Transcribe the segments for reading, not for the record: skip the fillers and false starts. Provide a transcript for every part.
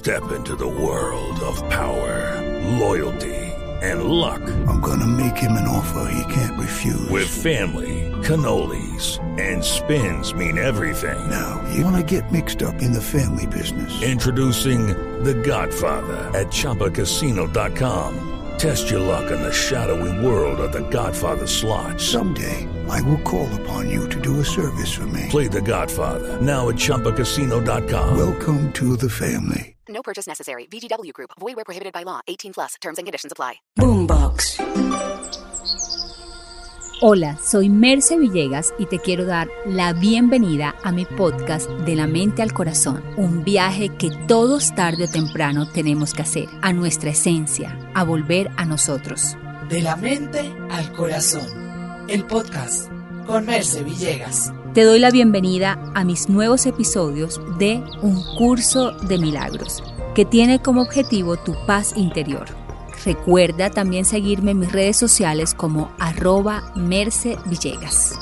Step into the world of power, loyalty, and luck. I'm gonna make him an offer he can't refuse. With family, cannolis, and spins mean everything. Now, you wanna get mixed up in the family business. Introducing The Godfather at ChumbaCasino.com. Test your luck in the shadowy world of The Godfather slot. Someday, I will call upon you to do a service for me. Play The Godfather now at ChumbaCasino.com. Welcome to the family. No purchase necessary. VGW Group. Void where prohibited by law. 18+. Terms and conditions apply. Boombox. Hola, soy Merce Villegas y te quiero dar la bienvenida a mi podcast De la Mente al Corazón. Un viaje que todos tarde o temprano tenemos que hacer, a nuestra esencia, a volver a nosotros. De la Mente al Corazón. El podcast con Merce Villegas. Te doy la bienvenida a mis nuevos episodios de Un Curso de Milagros, que tiene como objetivo tu paz interior. Recuerda también seguirme en mis redes sociales como @mercevillegas.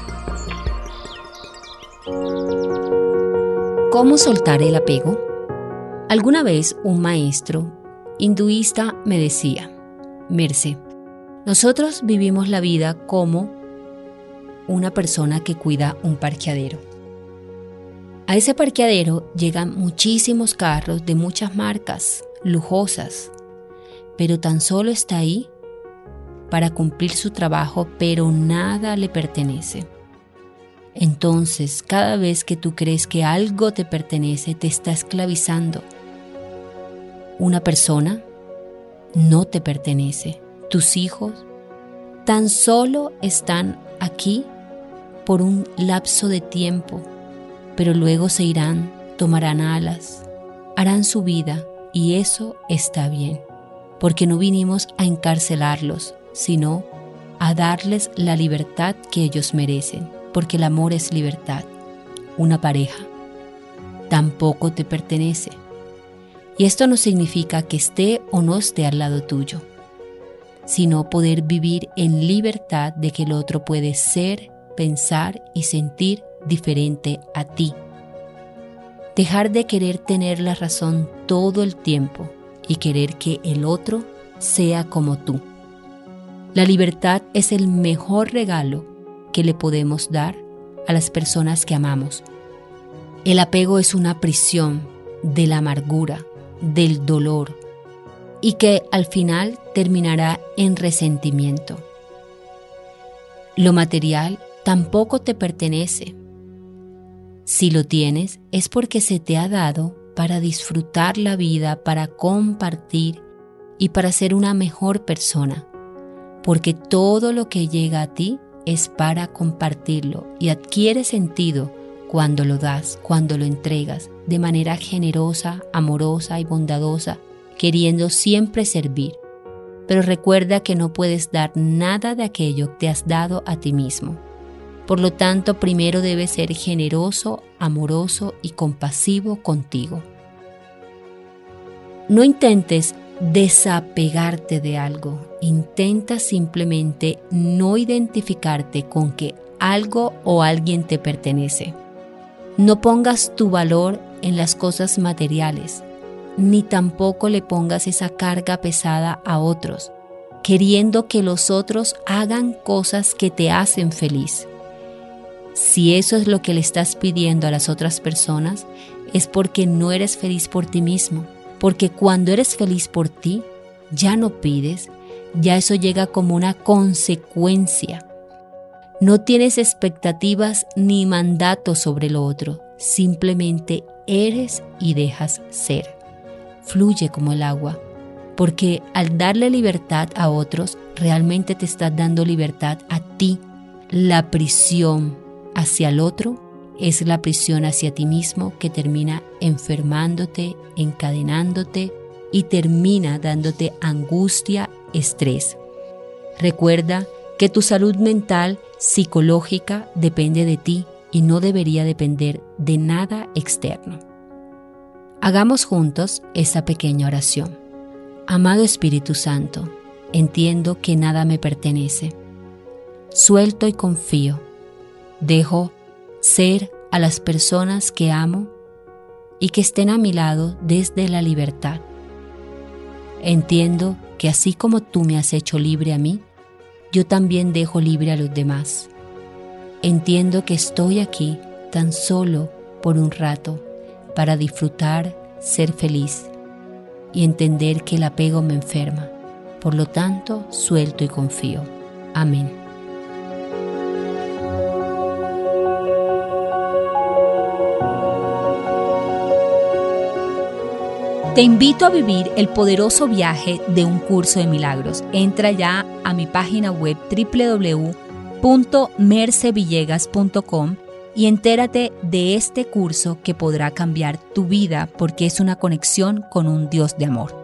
¿Cómo soltar el apego? Alguna vez un maestro hinduista me decía: Merce, nosotros vivimos la vida como una persona que cuida un parqueadero. A ese parqueadero llegan muchísimos carros de muchas marcas, lujosas, pero tan solo está ahí para cumplir su trabajo, pero nada le pertenece. Entonces, cada vez que tú crees que algo te pertenece, te está esclavizando. Una persona no te pertenece. Tus hijos tan solo están aquí por un lapso de tiempo, pero luego se irán, tomarán alas, harán su vida, y eso está bien, porque no vinimos a encarcelarlos, sino a darles la libertad que ellos merecen, porque el amor es libertad. Una pareja tampoco te pertenece, y esto no significa que esté o no esté al lado tuyo, sino poder vivir en libertad de que el otro puede ser, pensar y sentir diferente a ti. Dejar de querer tener la razón todo el tiempo y querer que el otro sea como tú. La libertad es el mejor regalo que le podemos dar a las personas que amamos. El apego es una prisión de la amargura, del dolor, y que al final terminará en resentimiento. Lo material tampoco te pertenece. Si lo tienes, es porque se te ha dado para disfrutar la vida, para compartir y para ser una mejor persona, porque todo lo que llega a ti es para compartirlo y adquiere sentido cuando lo das, cuando lo entregas de manera generosa, amorosa y bondadosa, queriendo siempre servir. Pero recuerda que no puedes dar nada de aquello que te has dado a ti mismo. Por lo tanto, primero debes ser generoso, amoroso y compasivo contigo. No intentes desapegarte de algo. Intenta simplemente no identificarte con que algo o alguien te pertenece. No pongas tu valor en las cosas materiales, ni tampoco le pongas esa carga pesada a otros, queriendo que los otros hagan cosas que te hacen feliz. Si eso es lo que le estás pidiendo a las otras personas, es porque no eres feliz por ti mismo. Porque cuando eres feliz por ti, ya no pides, ya eso llega como una consecuencia. No tienes expectativas ni mandatos sobre lo otro, simplemente eres y dejas ser. Fluye como el agua, porque al darle libertad a otros, realmente te estás dando libertad a ti. La prisión hacia el otro es la prisión hacia ti mismo, que termina enfermándote, encadenándote y termina dándote angustia, estrés. Recuerda que tu salud mental, psicológica, depende de ti y no debería depender de nada externo. Hagamos juntos esta pequeña oración. Amado Espíritu Santo, entiendo que nada me pertenece. Suelto y confío. Dejo ser a las personas que amo y que estén a mi lado desde la libertad. Entiendo que así como tú me has hecho libre a mí, yo también dejo libre a los demás. Entiendo que estoy aquí tan solo por un rato para disfrutar, ser feliz y entender que el apego me enferma. Por lo tanto, suelto y confío. Amén. Te invito a vivir el poderoso viaje de un curso de milagros. Entra ya a mi página web www.mercevillegas.com y entérate de este curso que podrá cambiar tu vida porque es una conexión con un Dios de amor.